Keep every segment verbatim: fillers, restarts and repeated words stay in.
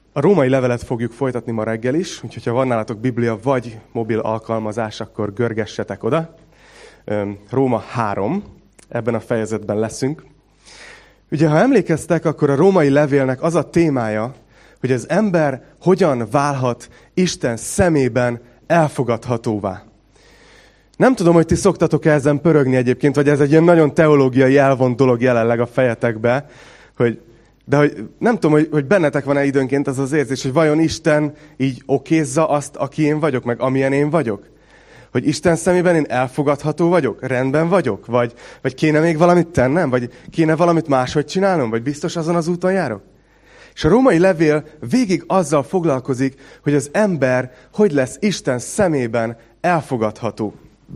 A római levelet fogjuk folytatni ma reggel is, úgyhogy ha van nálatok Biblia vagy mobil alkalmazás, akkor görgessetek oda. Róma három, ebben a fejezetben leszünk. Ugye, ha emlékeztek, akkor a római levélnek az a témája, hogy az ember hogyan válhat Isten szemében elfogadhatóvá. Nem tudom, hogy ti szoktatok ezen pörögni egyébként, vagy ez egy ilyen nagyon teológiai elvont dolog jelenleg a fejetekbe, hogy, de hogy nem tudom, hogy, hogy bennetek van-e időnként az az érzés, hogy vajon Isten így okézza azt, aki én vagyok, meg amilyen én vagyok? Hogy Isten szemében én elfogadható vagyok, rendben vagyok, vagy, vagy kéne még valamit tennem, vagy kéne valamit máshogy csinálnom, vagy biztos azon az úton járok? És a római levél végig azzal foglalkozik, hogy az ember hogy lesz Isten szemében elfogadható.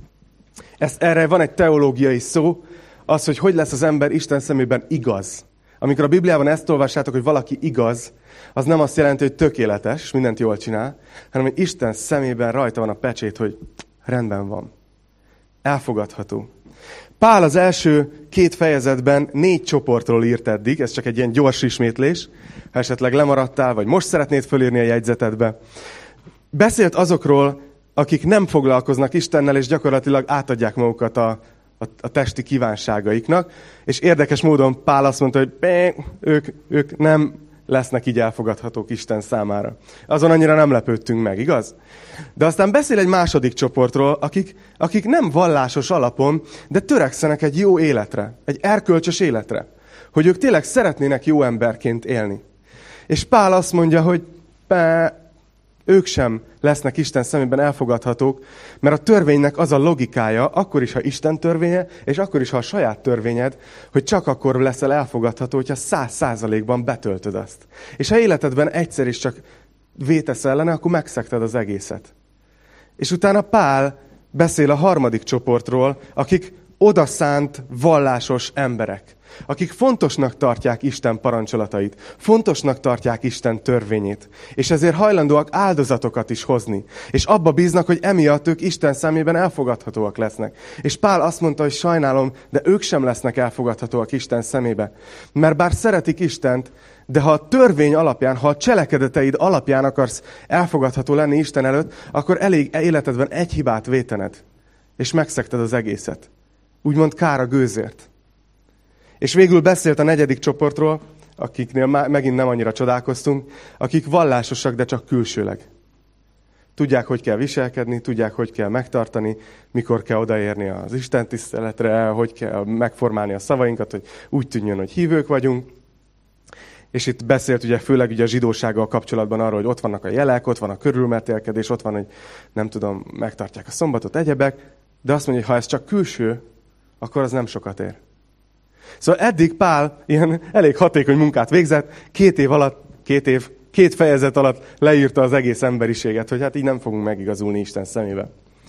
Ezt, erre van egy teológiai szó, az, hogy hogy lesz az ember Isten szemében igaz. Amikor a Bibliában ezt olvassátok, hogy valaki igaz, az nem azt jelenti, hogy tökéletes, és mindent jól csinál, hanem hogy Isten szemében rajta van a pecsét, hogy rendben van. Elfogadható. Pál az első két fejezetben négy csoportról írt eddig, ez csak egy ilyen gyors ismétlés, ha esetleg lemaradtál, vagy most szeretnéd fölírni a jegyzetedbe. Beszélt azokról, akik nem foglalkoznak Istennel, és gyakorlatilag átadják magukat a, a, a testi kívánságaiknak, és érdekes módon Pál azt mondta, hogy bé, ők, ők nem lesznek így elfogadhatók Isten számára. Azon annyira nem lepődtünk meg, igaz? De aztán beszél egy második csoportról, akik, akik nem vallásos alapon, de törekszenek egy jó életre, egy erkölcsös életre, hogy ők tényleg szeretnének jó emberként élni. És Pál azt mondja, hogy pá, ők sem lesznek Isten szemében elfogadhatók, mert a törvénynek az a logikája, akkor is, ha Isten törvénye, és akkor is, ha a saját törvényed, hogy csak akkor leszel elfogadható, hogyha száz százalékban betöltöd azt. És ha életedben egyszer is csak vétesz ellene, akkor megszegted az egészet. És utána Pál beszél a harmadik csoportról, akik odaszánt vallásos emberek, akik fontosnak tartják Isten parancsolatait, fontosnak tartják Isten törvényét, és ezért hajlandóak áldozatokat is hozni, és abba bíznak, hogy emiatt ők Isten szemében elfogadhatóak lesznek. És Pál azt mondta, hogy sajnálom, de ők sem lesznek elfogadhatóak Isten szemébe, mert bár szeretik Istent, de ha a törvény alapján, ha a cselekedeteid alapján akarsz elfogadható lenni Isten előtt, akkor elég életedben egy hibát vétened, és megszegted az egészet. Úgymond kár a gőzért. És végül beszélt a negyedik csoportról, akiknél megint nem annyira csodálkoztunk, akik vallásosak, de csak külsőleg. Tudják, hogy kell viselkedni, tudják, hogy kell megtartani, mikor kell odaérni az istentiszteletre, hogy kell megformálni a szavainkat, hogy úgy tűnjön, hogy hívők vagyunk. És itt beszélt ugye főleg ugye a zsidósággal kapcsolatban arról, hogy ott vannak a jelek, ott van a körülmetélkedés, ott van, hogy nem tudom, megtartják a szombatot, egyebek, de azt mondja, hogy ha ez csak külső, akkor az nem sokat ér. Szóval eddig Pál ilyen elég hatékony munkát végzett, két év alatt, két év, két fejezet alatt leírta az egész emberiséget, hogy hát így nem fogunk megigazulni Isten szemébe.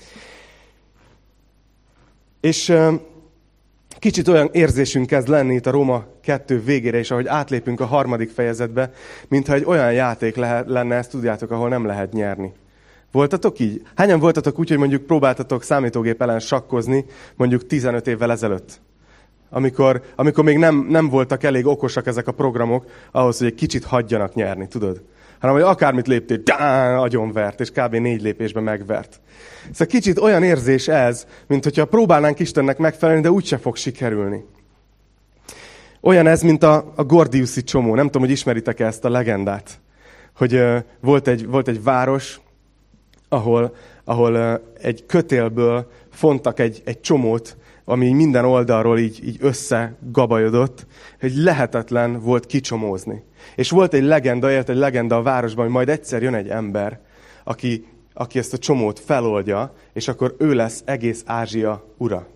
És kicsit olyan érzésünk kezd lenni itt a Róma kettő végére, és ahogy átlépünk a harmadik fejezetbe, mintha egy olyan játék lehet, lenne, ezt tudjátok, ahol nem lehet nyerni. Voltatok így? Hányan voltatok úgy, hogy mondjuk próbáltatok számítógép ellen sakkozni, mondjuk tizenöt évvel ezelőtt? Amikor, amikor még nem, nem voltak elég okosak ezek a programok, ahhoz, hogy egy kicsit hagyjanak nyerni, tudod? Hanem, hogy akármit léptél, dán, agyonvert, és kb. négy lépésben megvert. Szóval kicsit olyan érzés ez, mint hogyha próbálnánk Istennek megfelelni, de úgyse fog sikerülni. Olyan ez, mint a, a Gordiuszi csomó. Nem tudom, hogy ismeritek-e ezt a legendát. Hogy uh, volt, egy, volt egy város, ahol, ahol uh, egy kötélből fontak egy, egy csomót, ami minden oldalról így, így összegabajodott, hogy lehetetlen volt kicsomózni. És volt egy legenda, élt egy legenda a városban, hogy majd egyszer jön egy ember, aki, aki ezt a csomót feloldja, és akkor ő lesz egész Ázsia ura.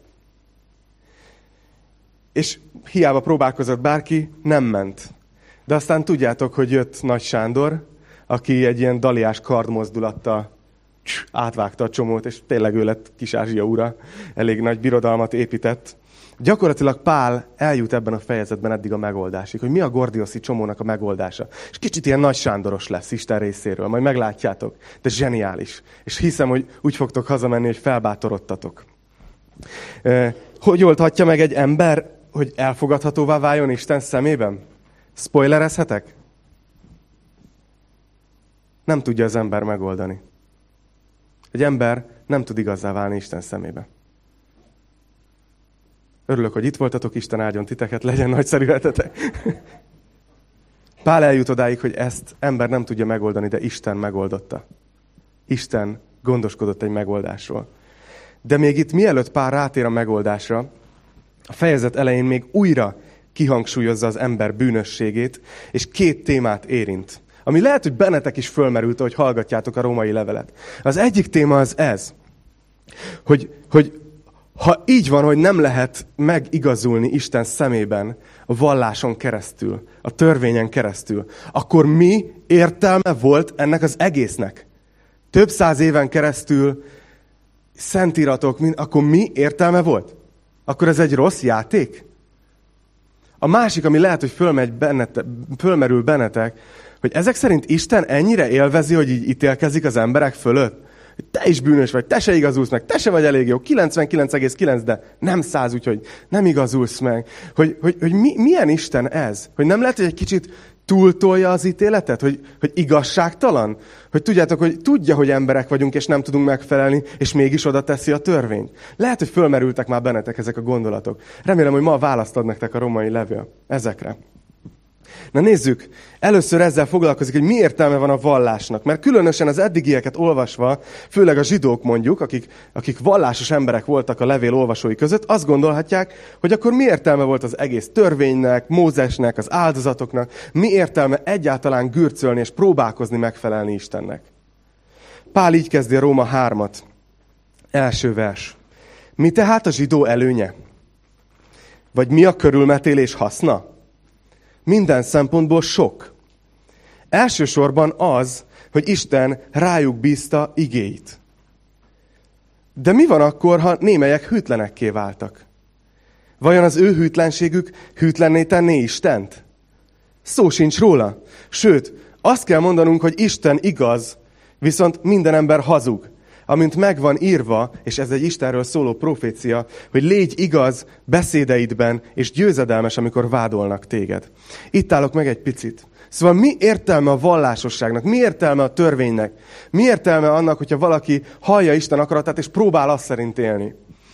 És hiába próbálkozott bárki, nem ment. De aztán tudjátok, hogy jött Nagy Sándor, aki egy ilyen daliás kardmozdulattal átvágta a csomót, és tényleg ő lett Kis-Ázsia ura, elég nagy birodalmat épített. Gyakorlatilag Pál eljut ebben a fejezetben eddig a megoldásig, hogy mi a Gordiuszi csomónak a megoldása. És kicsit ilyen Nagy Sándoros lesz Isten részéről, majd meglátjátok, de zseniális. És hiszem, hogy úgy fogtok hazamenni, hogy felbátorodtatok. Hogy oldhatja meg egy ember, hogy elfogadhatóvá váljon Isten szemében? Spoilerezhetek? nem tudja az ember megoldani. Egy ember nem tud igazzá válni Isten szemébe. Örülök, hogy itt voltatok, Isten áldjon titeket, legyen nagyszerű hetetek. Pál eljut odáig, hogy ezt ember nem tudja megoldani, de Isten megoldotta. Isten gondoskodott egy megoldásról. De még itt mielőtt Pál rátér a megoldásra, a fejezet elején még újra kihangsúlyozza az ember bűnösségét, és két témát érint. Ami lehet, hogy bennetek is fölmerült, hogy hallgatjátok a római levelet. Az egyik téma az ez, hogy, hogy ha így van, hogy nem lehet megigazulni Isten szemében a valláson keresztül, a törvényen keresztül, akkor mi értelme volt ennek az egésznek? Több száz éven keresztül szentiratok, akkor mi értelme volt? Akkor ez egy rossz játék? A másik, ami lehet, hogy fölmegy bennete, fölmerül bennetek, hogy ezek szerint Isten ennyire élvezi, hogy így ítélkezik az emberek fölött? Te is bűnös vagy, te se igazulsz meg, te se vagy elég jó, kilencvenkilenc egész kilenc, de nem száz, úgyhogy nem igazulsz meg. Hogy, hogy, hogy mi, milyen Isten ez? Hogy nem lehet, hogy egy kicsit túltolja az ítéletet? Hogy, hogy igazságtalan? Hogy tudjátok, hogy tudja, hogy emberek vagyunk, és nem tudunk megfelelni, és mégis oda teszi a törvényt. Lehet, hogy fölmerültek már bennetek ezek a gondolatok. Remélem, hogy ma választ ad nektek a római levél ezekre. Na nézzük, először ezzel foglalkozik, hogy mi értelme van a vallásnak. Mert különösen az eddigieket olvasva, főleg a zsidók mondjuk, akik, akik vallásos emberek voltak a levél olvasói között, azt gondolhatják, hogy akkor mi értelme volt az egész törvénynek, Mózesnek, az áldozatoknak, mi értelme egyáltalán gürcölni és próbálkozni megfelelni Istennek. Pál így kezdi a Róma hármat. Első vers. Mi tehát a zsidó előnye? Vagy mi a körülmetélés haszna? Minden szempontból sok. Elsősorban az, hogy Isten rájuk bízta igéit. De mi van akkor, ha némelyek hűtlenekké váltak? Vajon az ő hűtlenségük hűtlenné tenné Istent? Szó sincs róla. Sőt, azt kell mondanunk, hogy Isten igaz, viszont minden ember hazug. Amint meg van írva, és ez egy Istenről szóló profécia, hogy légy igaz beszédeidben, és győzedelmes, amikor vádolnak téged. Itt állok meg egy picit. Szóval mi értelme a vallásosságnak? Mi értelme a törvénynek? Mi értelme annak, hogyha valaki hallja Isten akaratát, és próbál azt szerint élni?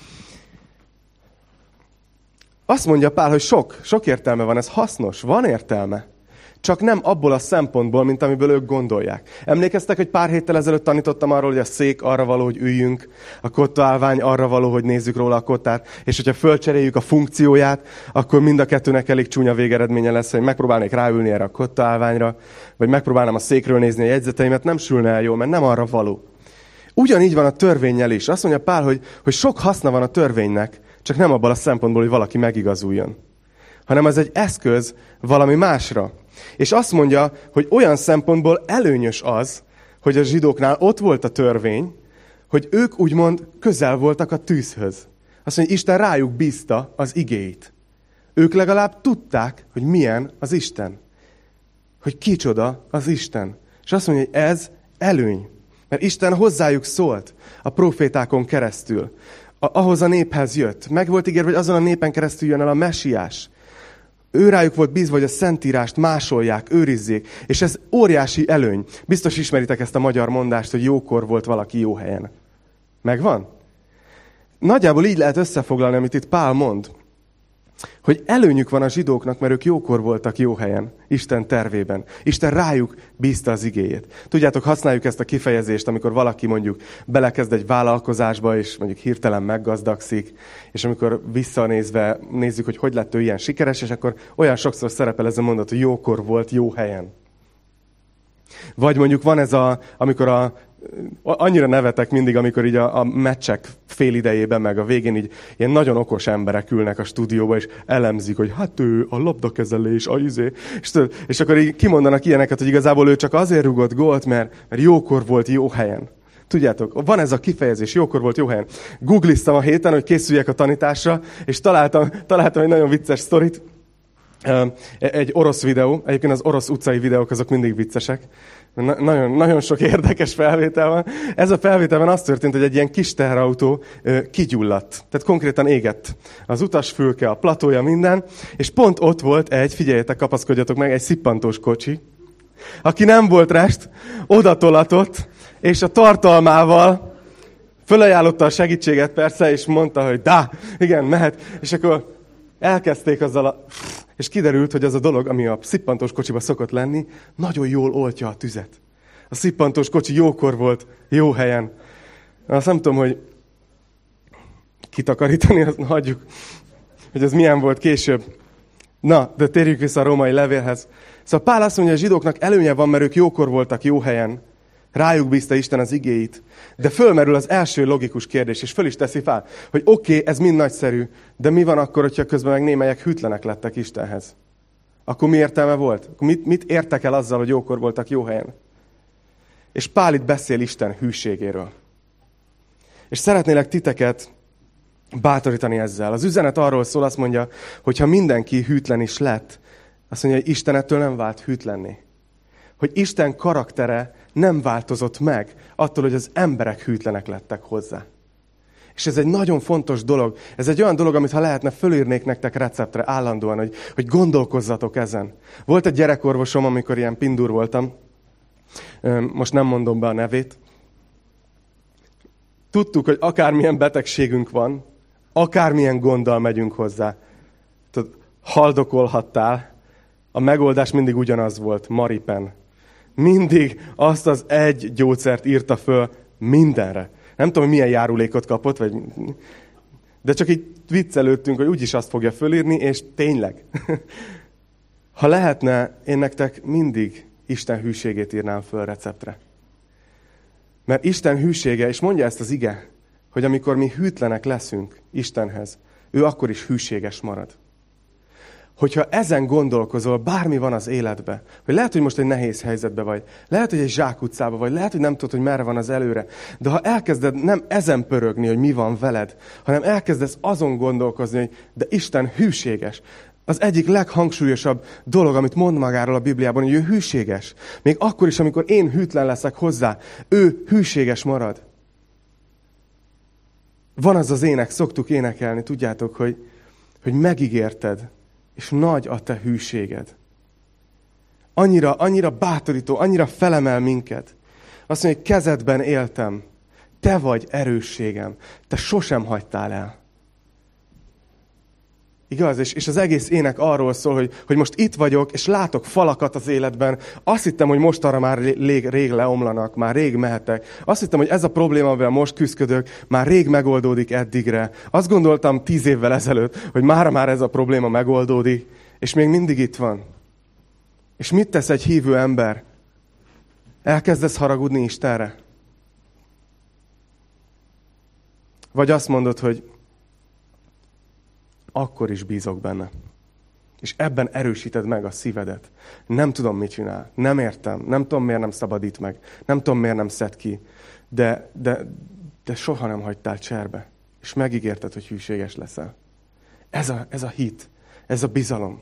Azt mondja Pál, hogy sok, sok értelme van, ez hasznos, van értelme. Csak nem abból a szempontból, mint amiből ők gondolják. Emlékeztek, hogy pár héttel ezelőtt tanítottam arról, hogy a szék arra való, hogy üljünk, a kottaállvány arra való, hogy nézzük róla a kottát, és hogyha fölcseréljük a funkcióját, akkor mind a kettőnek elég csúnya végeredménye lesz, hogy megpróbálnék ráülni erre a kottaállványra, vagy megpróbálnám a székről nézni a jegyzeteimet, nem sülne el jól, mert nem arra való. Ugyanígy van a törvénnyel is. Azt mondja Pál, hogy, hogy sok haszna van a törvénynek, csak nem abban a szempontból, hogy valaki megigazuljon, hanem ez egy eszköz valami másra. És azt mondja, hogy olyan szempontból előnyös az, hogy a zsidóknál ott volt a törvény, hogy ők úgymond közel voltak a tűzhöz. Azt mondja, hogy Isten rájuk bízta az igéit. Ők legalább tudták, hogy milyen az Isten. Hogy kicsoda az Isten. És azt mondja, hogy ez előny. Mert Isten hozzájuk szólt a profétákon keresztül. Ahhoz a néphez jött. Meg volt ígérve, hogy azon a népen keresztül jön el a mesiás. Ő rájuk volt bízva, hogy a Szentírást másolják, őrizzék, és ez óriási előny. Biztos ismeritek ezt a magyar mondást, hogy jókor volt valaki jó helyen. Megvan? Nagyjából így lehet összefoglalni, amit itt Pál mond. Hogy előnyük van a zsidóknak, mert ők jókor voltak jó helyen, Isten tervében. Isten rájuk bízta az igéjét. Tudjátok, használjuk ezt a kifejezést, amikor valaki mondjuk belekezd egy vállalkozásba, és mondjuk hirtelen meggazdagszik, és amikor visszanézve nézzük, hogy hogy lett ő ilyen sikeres, és akkor olyan sokszor szerepel ez a mondat, hogy jókor volt jó helyen. Vagy mondjuk van ez a, amikor a annyira nevetek mindig, amikor így a, a meccsek fél idejében, meg a végén így ilyen nagyon okos emberek ülnek a stúdióba, és elemzik, hogy hát ő a labdakezelés, a izé, és, és akkor így kimondanak ilyeneket, hogy igazából ő csak azért rúgott gólt, mert, mert jókor volt jó helyen. Tudjátok, van ez a kifejezés, jókor volt jó helyen. Googliztam a héten, hogy készüljek a tanításra, és találtam, találtam egy nagyon vicces sztorit. Egy orosz videó, egyébként az orosz utcai videók azok mindig viccesek. Na, nagyon, nagyon sok érdekes felvétel van. Ez a felvételben az történt, hogy egy ilyen kis teherautó kigyulladt. Tehát konkrétan égett. Az utasfülke, a platója, minden. És pont ott volt egy, figyeljetek, kapaszkodjatok meg, egy szippantós kocsi. aki nem volt rest, odatolatott, és a tartalmával fölajánlotta a segítséget persze, és mondta, hogy dá, igen, mehet. És akkor elkezdték azzal a... És kiderült, hogy az a dolog, ami a szippantós kocsiba szokott lenni, nagyon jól oltja a tüzet. A szippantós kocsi jókor volt, jó helyen. Azt nem tudom, hogy kitakarítani, azt hagyjuk, hogy ez milyen volt később. Na, de térjük vissza a római levélhez. Szóval Pál azt mondja, hogy a zsidóknak előnye van, mert ők jókor voltak, jó helyen. Rájuk bízta Isten az igéit. De fölmerül az első logikus kérdés, és föl is teszi fel, hogy oké, okay, ez mind nagyszerű, de mi van akkor, hogyha közben meg némelyek hűtlenek lettek Istenhez? Akkor mi értelme volt? Akkor mit, mit értek el azzal, hogy jókor voltak jó helyen? És Pál itt beszél Isten hűségéről. És szeretnélek titeket bátorítani ezzel. Az üzenet arról szól, azt mondja, hogy ha mindenki hűtlen is lett, azt mondja, hogy Isten ettől nem vált hűtlenné. Hogy Isten karaktere nem változott meg attól, hogy az emberek hűtlenek lettek hozzá. És ez egy nagyon fontos dolog. Ez egy olyan dolog, amit ha lehetne, fölírnék nektek receptre állandóan, hogy, hogy gondolkozzatok ezen. Volt egy gyerekorvosom, amikor ilyen pindur voltam. Most nem mondom be a nevét. Tudtuk, hogy akármilyen betegségünk van, akármilyen gonddal megyünk hozzá. Tudod, haldokolhattál, a megoldás mindig ugyanaz volt, Maripen. Mindig azt az egy gyógyszert írta föl mindenre. Nem tudom, hogy milyen járulékot kapott, vagy... de csak így viccelődtünk, hogy úgyis azt fogja fölírni, és tényleg. Ha lehetne, én nektek mindig Isten hűségét írnám föl receptre. Mert Isten hűsége, és mondja ezt az ige, hogy amikor mi hűtlenek leszünk Istenhez, ő akkor is hűséges marad. Hogyha ezen gondolkozol, bármi van az életbe, hogy lehet, hogy most egy nehéz helyzetbe vagy, lehet, hogy egy zsákutcába vagy, lehet, hogy nem tudod, hogy merre van az előre, de ha elkezded nem ezen pörögni, hogy mi van veled, hanem elkezdesz azon gondolkozni, hogy de Isten hűséges. Az egyik leghangsúlyosabb dolog, amit mond magáról a Bibliában, hogy ő hűséges. Még akkor is, amikor én hűtlen leszek hozzá, ő hűséges marad. Van az az ének, szoktuk énekelni, tudjátok, hogy, hogy megígérted, és nagy a te hűséged. Annyira, annyira bátorító, annyira felemel minket. Azt mondja, hogy kezedben éltem, te vagy erősségem, te sosem hagytál el. Igaz? És, és az egész ének arról szól, hogy, hogy most itt vagyok, és látok falakat az életben. Azt hittem, hogy most arra már rég, rég leomlanak, már rég mehetek. Azt hittem, hogy ez a probléma, amivel most küzdök, már rég megoldódik eddigre. Azt gondoltam tíz évvel ezelőtt, hogy mára már ez a probléma megoldódik, és még mindig itt van. És mit tesz egy hívő ember? Elkezdesz haragudni Istenre? Vagy azt mondod, hogy akkor is bízok benne. És ebben erősíted meg a szívedet. Nem tudom, mit csinál. Nem értem. Nem tudom, miért nem szabadít meg. Nem tudom, miért nem szed ki. De, de, de soha nem hagytál cserbe. És megígérted, hogy hűséges leszel. Ez a, ez a hit. Ez a bizalom.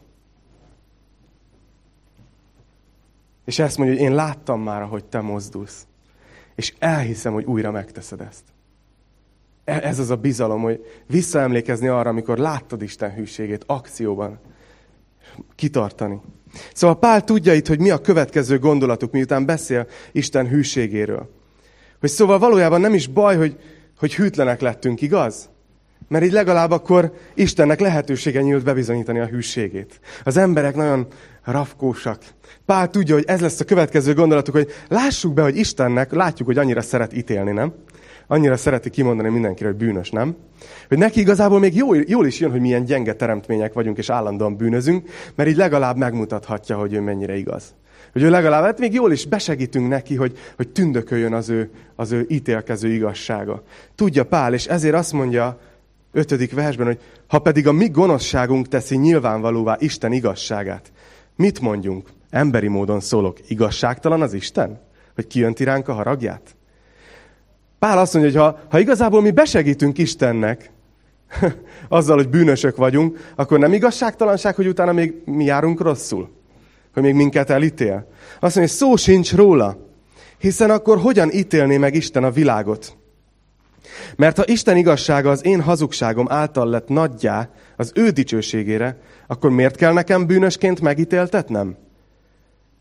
És ezt mondja, hogy én láttam már, ahogy te mozdulsz. És elhiszem, hogy újra megteszed ezt. Ez az a bizalom, hogy visszaemlékezni arra, amikor láttad Isten hűségét akcióban. Kitartani. Szóval Pál tudja itt, hogy mi a következő gondolatuk, miután beszél Isten hűségéről. Hogy szóval valójában nem is baj, hogy, hogy hűtlenek lettünk, igaz? Mert így legalább akkor Istennek lehetősége nyílt bebizonyítani a hűségét. Az emberek nagyon rafkósak. Pál tudja, hogy ez lesz a következő gondolatuk, hogy lássuk be, hogy Istennek, látjuk, hogy annyira szeret ítélni, nem? Annyira szereti kimondani mindenkire, hogy bűnös, nem? Hogy neki igazából még jól, jól is jön, hogy milyen gyenge teremtmények vagyunk, és állandóan bűnözünk, mert így legalább megmutathatja, hogy ő mennyire igaz. Hogy ő legalább, hát még jól is besegítünk neki, hogy, hogy tündököljön az ő, az ő ítélkező igazsága. Tudja Pál, és ezért azt mondja ötödik versben, hogy ha pedig a mi gonoszságunk teszi nyilvánvalóvá Isten igazságát, mit mondjunk? Emberi módon szólok, igazságtalan az Isten? Hogy kijönti ránk a haragját? Pál azt mondja, hogy ha, ha igazából mi besegítünk Istennek, azzal, hogy bűnösök vagyunk, akkor nem igazságtalanság, hogy utána még mi járunk rosszul? Hogy még minket elítél? Azt mondja, hogy szó sincs róla, hiszen akkor hogyan ítélné meg Isten a világot? Mert ha Isten igazsága az én hazugságom által lett nagyjá az ő dicsőségére, akkor miért kell nekem bűnösként megítéltetnem?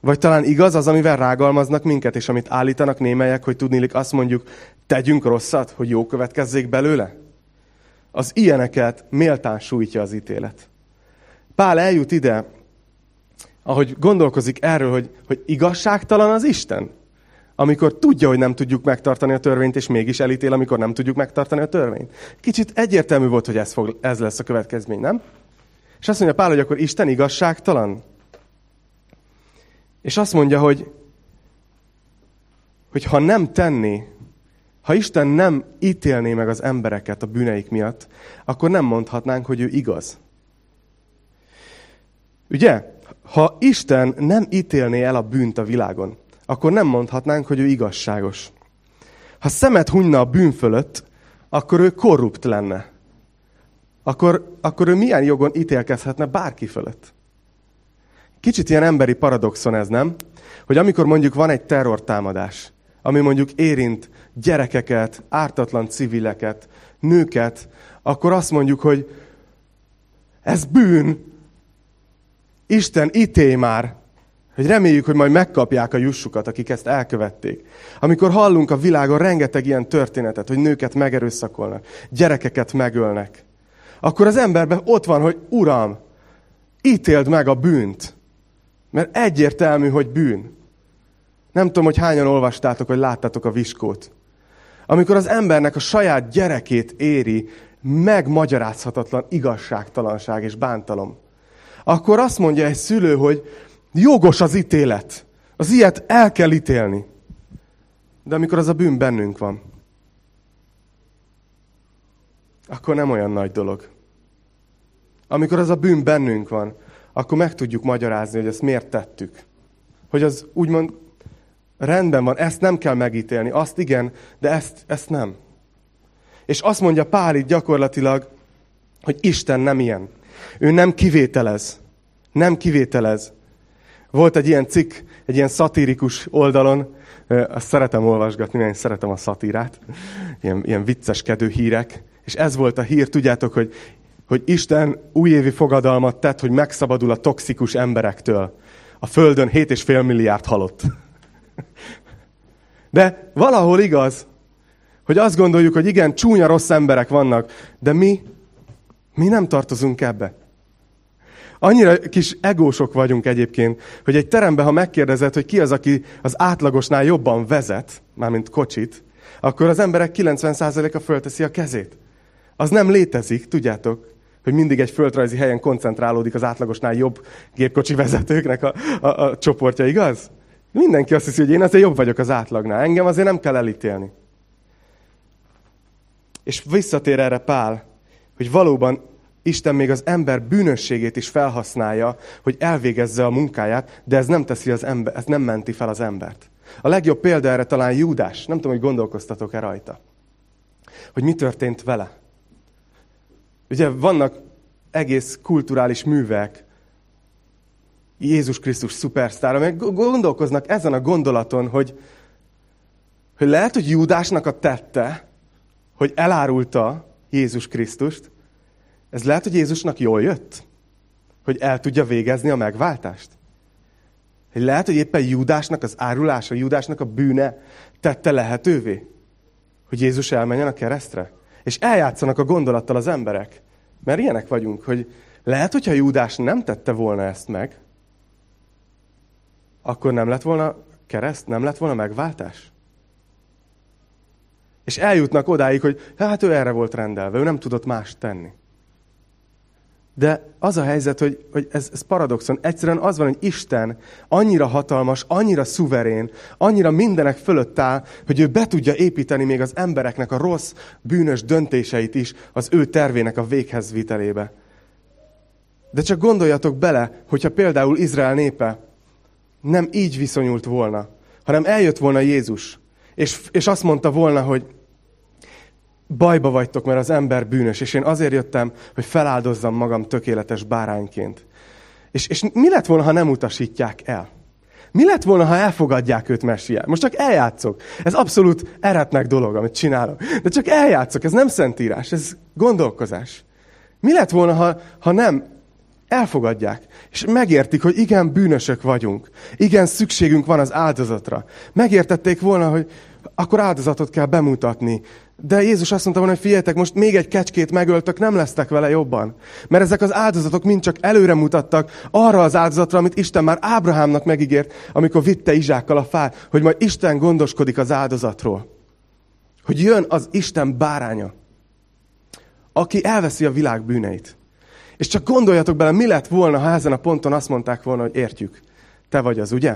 Vagy talán igaz az, amivel rágalmaznak minket, és amit állítanak némelyek, hogy tudniillik azt mondjuk, tegyünk rosszat, hogy jó következzék belőle? Az ilyeneket méltán sújtja az ítélet. Pál eljut ide, ahogy gondolkozik erről, hogy, hogy igazságtalan az Isten, amikor tudja, hogy nem tudjuk megtartani a törvényt, és mégis elítél, amikor nem tudjuk megtartani a törvényt. Kicsit egyértelmű volt, hogy ez, fog, ez lesz a következmény, nem? És azt mondja Pál, hogy akkor Isten igazságtalan. És azt mondja, hogy, hogy ha nem tenné, ha Isten nem ítélné meg az embereket a bűneik miatt, akkor nem mondhatnánk, hogy ő igaz. Ugye? Ha Isten nem ítélné el a bűnt a világon, akkor nem mondhatnánk, hogy ő igazságos. Ha szemet hunyna a bűn fölött, akkor ő korrupt lenne. Akkor, akkor ő milyen jogon ítélkezhetne bárki fölött? Kicsit ilyen emberi paradoxon ez, nem? Hogy amikor mondjuk van egy terrortámadás, ami mondjuk érint gyerekeket, ártatlan civileket, nőket, akkor azt mondjuk, hogy ez bűn, Isten ítélj már, hogy reméljük, hogy majd megkapják a jussukat, akik ezt elkövették. Amikor hallunk a világon rengeteg ilyen történetet, hogy nőket megerőszakolnak, gyerekeket megölnek, akkor az emberben ott van, hogy Uram, ítéld meg a bűnt. Mert egyértelmű, hogy bűn. Nem tudom, hogy hányan olvastátok, vagy láttátok a Viskót. Amikor az embernek a saját gyerekét éri megmagyarázhatatlan igazságtalanság és bántalom, akkor azt mondja egy szülő, hogy jogos az ítélet. Az ilyet el kell ítélni. De amikor az a bűn bennünk van, akkor nem olyan nagy dolog. Amikor az a bűn bennünk van, akkor meg tudjuk magyarázni, hogy ezt miért tettük. Hogy az úgymond rendben van, ezt nem kell megítélni, azt igen, de ezt, ezt nem. És azt mondja Pál itt gyakorlatilag, hogy Isten nem ilyen. Ő nem kivételez. Nem kivételez. Volt egy ilyen cikk, egy ilyen szatirikus oldalon, azt szeretem olvasgatni, mert én szeretem a szatírát, ilyen, ilyen vicceskedő hírek, és ez volt a hír, tudjátok, hogy, hogy Isten újévi fogadalmat tett, hogy megszabadul a toxikus emberektől. A Földön hét és fél milliárd halott. De valahol igaz, hogy azt gondoljuk, hogy igen, csúnya rossz emberek vannak, de mi, mi nem tartozunk ebbe. Annyira kis egósok vagyunk egyébként, hogy egy teremben, ha megkérdezed, hogy ki az, aki az átlagosnál jobban vezet, mármint kocsit, akkor az emberek kilencven százaléka fölteszi a kezét. Az nem létezik, tudjátok, hogy mindig egy földrajzi helyen koncentrálódik az átlagosnál jobb gépkocsi vezetőknek a, a, a csoportja, igaz? Mindenki azt hiszi, hogy én azért jobb vagyok az átlagnál. Engem azért nem kell elítélni. És visszatér erre Pál, hogy valóban Isten még az ember bűnösségét is felhasználja, hogy elvégezze a munkáját, de ez nem teszi az ember, ez nem menti fel az embert. A legjobb példa erre talán Júdás. Nem tudom, hogy gondolkoztatok-e rajta. Hogy mi történt vele. Ugye vannak egész kulturális művek, Jézus Krisztus szupersztár, amelyek gondolkoznak ezen a gondolaton, hogy, hogy lehet, hogy Júdásnak a tette, hogy elárulta Jézus Krisztust, ez lehet, hogy Jézusnak jól jött? Hogy el tudja végezni a megváltást? Hogy lehet, hogy éppen Júdásnak az árulása, Júdásnak a bűne tette lehetővé, hogy Jézus elmenjen a keresztre? És eljátszanak a gondolattal az emberek. Mert ilyenek vagyunk, hogy lehet, hogyha Júdás nem tette volna ezt meg, akkor nem lett volna kereszt, nem lett volna megváltás. És eljutnak odáig, hogy hát ő erre volt rendelve, ő nem tudott mást tenni. De az a helyzet, hogy, hogy ez, ez paradoxon. Egyszerűen az van, hogy Isten annyira hatalmas, annyira szuverén, annyira mindenek fölött áll, hogy ő be tudja építeni még az embereknek a rossz, bűnös döntéseit is az ő tervének a véghezvitelébe. De csak gondoljatok bele, hogyha például Izrael népe nem így viszonyult volna, hanem eljött volna Jézus, és, és azt mondta volna, hogy bajba vagytok, mert az ember bűnös, és én azért jöttem, hogy feláldozzam magam tökéletes bárányként. És, és mi lett volna, ha nem utasítják el? Mi lett volna, ha elfogadják őt messiás? Most csak eljátszok. Ez abszolút eretnek dolog, amit csinálok. De csak eljátszok, ez nem szentírás, ez gondolkozás. Mi lett volna, ha, ha nem elfogadják. És megértik, hogy igen, bűnösök vagyunk. Igen, szükségünk van az áldozatra. Megértették volna, hogy akkor áldozatot kell bemutatni. De Jézus azt mondta volna, hogy figyeljetek, most még egy kecskét megöltök, nem lesztek vele jobban. Mert ezek az áldozatok mind csak előre mutattak arra az áldozatra, amit Isten már Ábrahámnak megígért, amikor vitte Izsákkal a fát, hogy majd Isten gondoskodik az áldozatról. Hogy jön az Isten báránya, aki elveszi a világ bűneit. És csak gondoljatok bele, mi lett volna, ha ezen a ponton azt mondták volna, hogy értjük, te vagy az, ugye?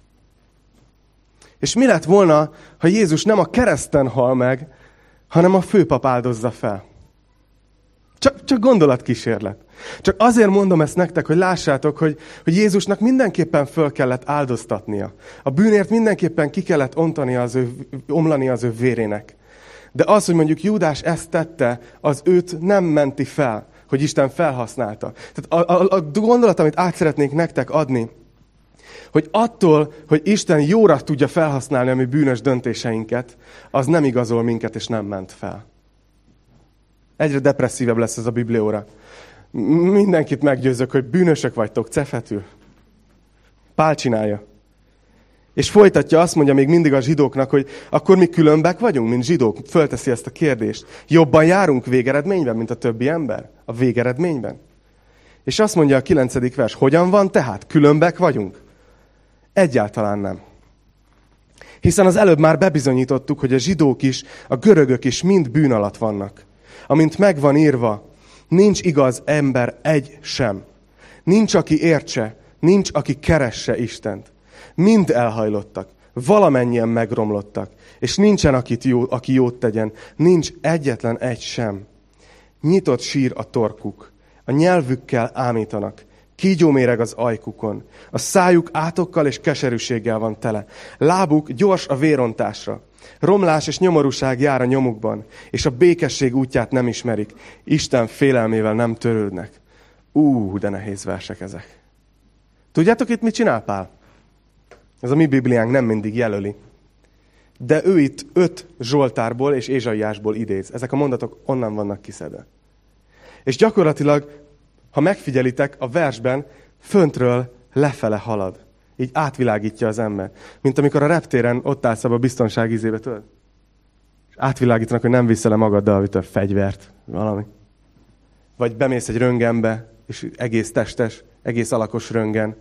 És mi lett volna, ha Jézus nem a kereszten hal meg, hanem a főpap áldozza fel? Csak, csak gondolatkísérlet. Csak azért mondom ezt nektek, hogy lássátok, hogy, hogy Jézusnak mindenképpen föl kellett áldoztatnia. A bűnért mindenképpen ki kellett ontani az ő, omlani az ő vérének. De az, hogy mondjuk Júdás ezt tette, az őt nem menti fel, hogy Isten felhasználta. Tehát a, a, a gondolat, amit át szeretnék nektek adni, hogy attól, hogy Isten jóra tudja felhasználni a mi bűnös döntéseinket, az nem igazol minket, és nem ment fel. Egyre depresszívebb lesz ez a biblióra. Mindenkit meggyőzök, hogy bűnösök vagytok, cefetül. Pál csinálja. És folytatja, azt mondja még mindig a zsidóknak, hogy akkor mi különbek vagyunk, mint zsidók. Fölteszi ezt a kérdést. Jobban járunk végeredményben, mint a többi ember? A végeredményben? És azt mondja a kilencedik vers, hogyan van tehát? Különbek vagyunk? Egyáltalán nem. Hiszen az előbb már bebizonyítottuk, hogy a zsidók is, a görögök is mind bűn alatt vannak. Amint meg van írva, nincs igaz ember egy sem. Nincs, aki értse, nincs, aki keresse Istent. Mind elhajlottak, valamennyien megromlottak, és nincsen, akit jó, aki jót tegyen, nincs egyetlen egy sem. Nyitott sír a torkuk, a nyelvükkel ámítanak, kígyó méreg az ajkukon, a szájuk átokkal és keserűséggel van tele, lábuk gyors a vérontásra, romlás és nyomorúság jár a nyomukban, és a békesség útját nem ismerik, Isten félelmével nem törődnek. Ú, de nehéz versek ezek. Tudjátok itt mit csinál Pál? Ez a mi Bibliánk nem mindig jelöli. De ő itt öt Zsoltárból és Ézsaiásból idéz. Ezek a mondatok onnan vannak kiszedve. És gyakorlatilag, ha megfigyelitek, a versben föntről lefele halad. Így átvilágítja az ember. Mint amikor a reptéren ott állsz a biztonság izébe, tudod? És átvilágítanak, hogy nem viszel le magaddal a fegyvert, valami. Vagy bemész egy röntgenbe, és egész testes, egész alakos röntgen.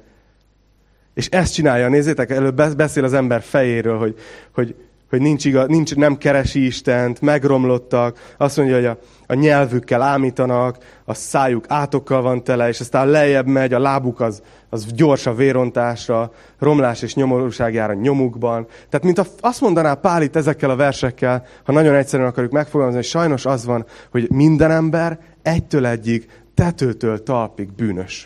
És ezt csinálja, nézzétek, előbb beszél az ember fejéről, hogy, hogy, hogy nincs igaz, nincs, nem keresi Istent, megromlottak, azt mondja, hogy a, a nyelvükkel ámítanak, a szájuk átokkal van tele, és aztán lejjebb megy, a lábuk az, az gyors a vérontásra, romlás és nyomorúság jár a nyomukban. Tehát mint a, azt mondaná Pál itt ezekkel a versekkel, ha nagyon egyszerűen akarjuk megfogalmazni, hogy sajnos az van, hogy minden ember egytől egyig, tetőtől talpig bűnös.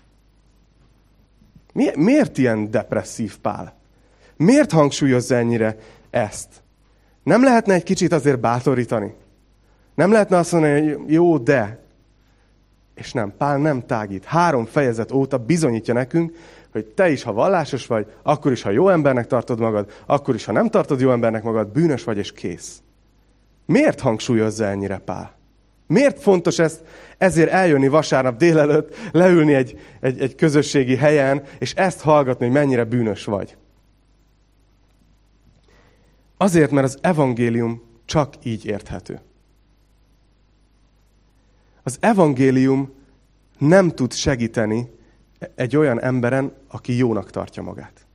Miért ilyen depresszív Pál? Miért hangsúlyozza ennyire ezt? Nem lehetne egy kicsit azért bátorítani? Nem lehetne azt mondani, hogy jó, de... És nem, Pál nem tágít. Három fejezet óta bizonyítja nekünk, hogy te is, ha vallásos vagy, akkor is, ha jó embernek tartod magad, akkor is, ha nem tartod jó embernek magad, bűnös vagy és kész. Miért hangsúlyozza ennyire Pál? Miért fontos ezt ezért eljönni vasárnap délelőtt, leülni egy, egy, egy közösségi helyen, és ezt hallgatni, hogy mennyire bűnös vagy? Azért, mert az evangélium csak így érthető. Az evangélium nem tud segíteni egy olyan emberen, aki jónak tartja magát.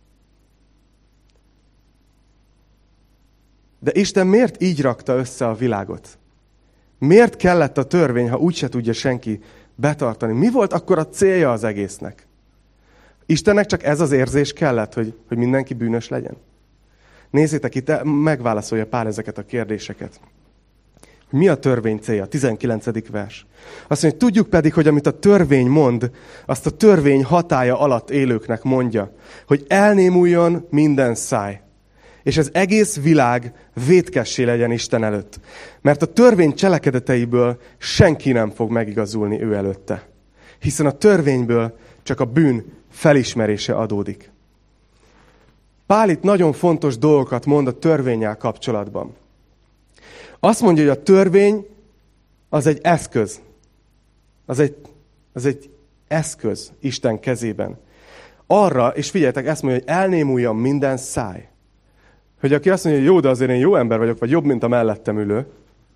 De Isten miért így rakta össze a világot? Miért kellett a törvény, ha úgyse tudja senki betartani? Mi volt akkor a célja az egésznek? Istennek csak ez az érzés kellett, hogy, hogy mindenki bűnös legyen? Nézzétek, itt megválaszolja Pál ezeket a kérdéseket. Mi a törvény célja? tizenkilencedik vers. Azt mondja, hogy tudjuk pedig, hogy amit a törvény mond, azt a törvény hatálya alatt élőknek mondja, hogy elnémuljon minden száj, és az egész világ vétkessé legyen Isten előtt. Mert a törvény cselekedeteiből senki nem fog megigazulni ő előtte. Hiszen a törvényből csak a bűn felismerése adódik. Pál itt nagyon fontos dolgokat mond a törvénnyel kapcsolatban. Azt mondja, hogy a törvény az egy eszköz. Az egy, az egy eszköz Isten kezében. Arra, és figyeljetek, ezt mondja, hogy elnémuljon minden száj. Hogy aki azt mondja, hogy jó, de azért én jó ember vagyok, vagy jobb, mint a mellettem ülő,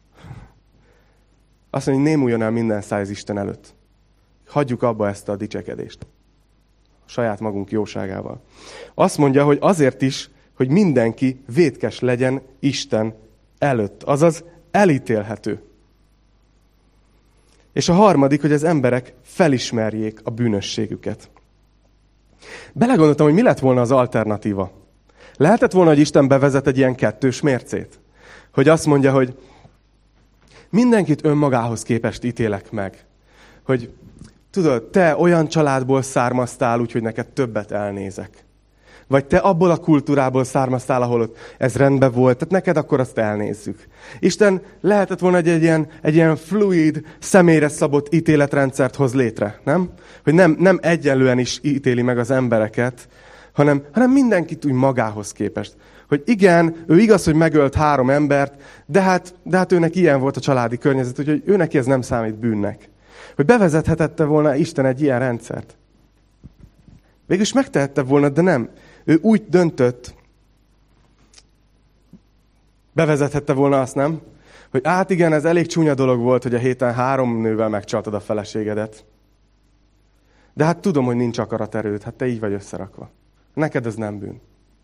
azt mondja, hogy némuljon el minden száj az Isten előtt. Hagyjuk abba ezt a dicsekedést. A saját magunk jóságával. Azt mondja, hogy azért is, hogy mindenki vétkes legyen Isten előtt. Azaz elítélhető. És a harmadik, hogy az emberek felismerjék a bűnösségüket. Belegondoltam, hogy mi lett volna az alternatíva. Lehetett volna, hogy Isten bevezet egy ilyen kettős mércét. Hogy azt mondja, hogy mindenkit önmagához képest ítélek meg. Hogy tudod, te olyan családból származtál, úgyhogy neked többet elnézek. Vagy te abból a kultúrából származtál, ahol ott ez rendben volt, tehát neked akkor azt elnézzük. Isten lehetett volna egy, egy, ilyen, egy ilyen fluid, személyre szabott ítéletrendszert hoz létre, nem? Hogy nem, nem egyenlően is ítéli meg az embereket, hanem, hanem mindenkit úgy magához képest. Hogy igen, ő igaz, hogy megölt három embert, de hát, de hát őnek ilyen volt a családi környezet, úgyhogy ő neki ez nem számít bűnnek. Hogy bevezethetette volna Isten egy ilyen rendszert. Végülis megtehette volna, de nem. Ő úgy döntött, bevezethette volna azt, nem? Hogy át igen, ez elég csúnya dolog volt, hogy a héten három nővel megcsaltad a feleségedet. De hát tudom, hogy nincs akaraterőd, hát te így vagy összerakva. Neked ez nem bűn.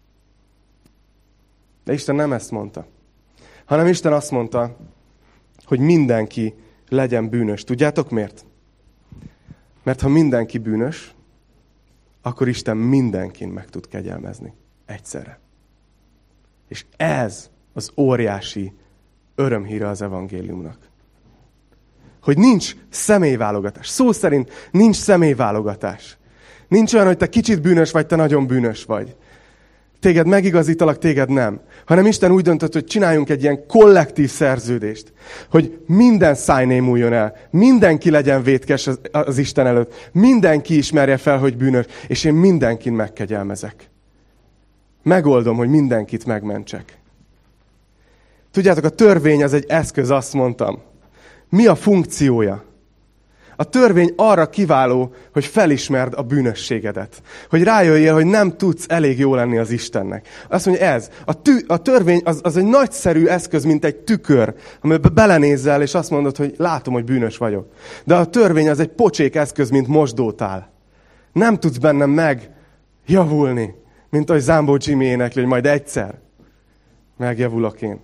De Isten nem ezt mondta. Hanem Isten azt mondta, hogy mindenki legyen bűnös. Tudjátok miért? Mert ha mindenki bűnös, akkor Isten mindenkin meg tud kegyelmezni. Egyszerre. És ez az óriási örömhíre az evangéliumnak. Hogy nincs személyválogatás. Szó szerint nincs személyválogatás. Nincs olyan, hogy te kicsit bűnös vagy, te nagyon bűnös vagy. Téged megigazítalak, téged nem. Hanem Isten úgy döntött, hogy csináljunk egy ilyen kollektív szerződést. Hogy minden száj némuljon el. Mindenki legyen vétkes az, az Isten előtt. Mindenki ismerje fel, hogy bűnös. És én mindenkin megkegyelmezek. Megoldom, hogy mindenkit megmentsek. Tudjátok, a törvény az egy eszköz, azt mondtam. Mi a funkciója? A törvény arra kiváló, hogy felismerd a bűnösségedet. Hogy rájöjjél, hogy nem tudsz elég jó lenni az Istennek. Azt mondja, ez. A, tű, a törvény az, az egy nagyszerű eszköz, mint egy tükör, amiben belenézzel, és azt mondod, hogy látom, hogy bűnös vagyok. De a törvény az egy pocsék eszköz, mint mosdótál. Nem tudsz bennem megjavulni, mint ahogy Zámbó Jimmy énekli, hogy majd egyszer megjavulok én.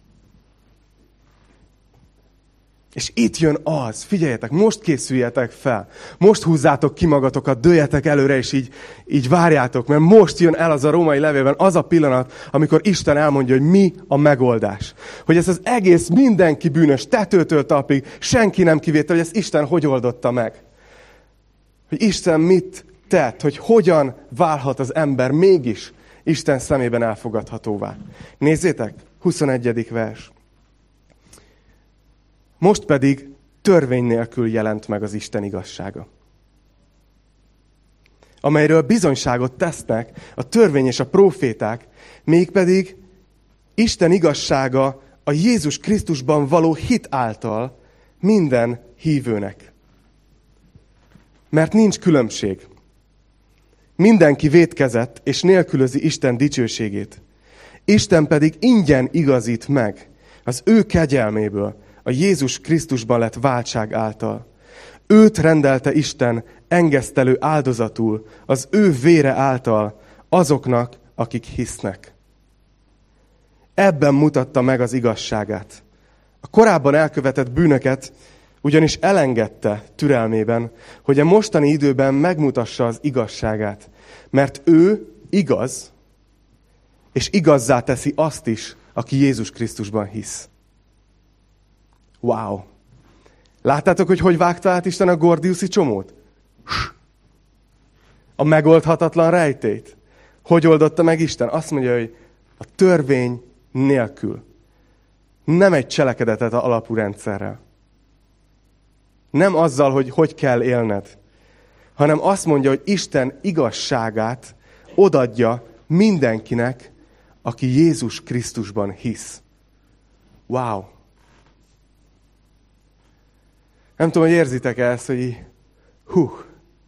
És itt jön az, figyeljetek, most készüljetek fel, most húzzátok ki magatokat, dőljetek előre, és így, így várjátok, mert most jön el az a római levélben az a pillanat, amikor Isten elmondja, hogy mi a megoldás. Hogy ez az egész mindenki bűnös, tetőtől talpig, senki nem kivétel, hogy ezt Isten hogy oldotta meg. Hogy Isten mit tett, hogy hogyan válhat az ember mégis Isten szemében elfogadhatóvá. Nézzétek, huszonegyedik vers. Most pedig törvény nélkül jelent meg az Isten igazsága, amelyről bizonyságot tesznek a törvény és a próféták, mégpedig Isten igazsága a Jézus Krisztusban való hit által minden hívőnek. Mert nincs különbség. Mindenki vétkezett és nélkülözi Isten dicsőségét. Isten pedig ingyen igazít meg az ő kegyelméből, a Jézus Krisztusban lett váltság által. Őt rendelte Isten engesztelő áldozatul, az ő vére által azoknak, akik hisznek. Ebben mutatta meg az igazságát. A korábban elkövetett bűnöket ugyanis elengedte türelmében, hogy a mostani időben megmutassa az igazságát. Mert ő igaz, és igazzá teszi azt is, aki Jézus Krisztusban hisz. Wow! Láttátok, hogy hogy vágta át Isten a gordiuszi csomót? A megoldhatatlan rejtélyt. Hogy oldotta meg Isten? Azt mondja, hogy a törvény nélkül. Nem egy cselekedetet alapú rendszerrel. Nem azzal, hogy hogy kell élned. Hanem azt mondja, hogy Isten igazságát odadja mindenkinek, aki Jézus Krisztusban hisz. Wow! Nem tudom, hogy érzitek-e ezt, hogy így, hú,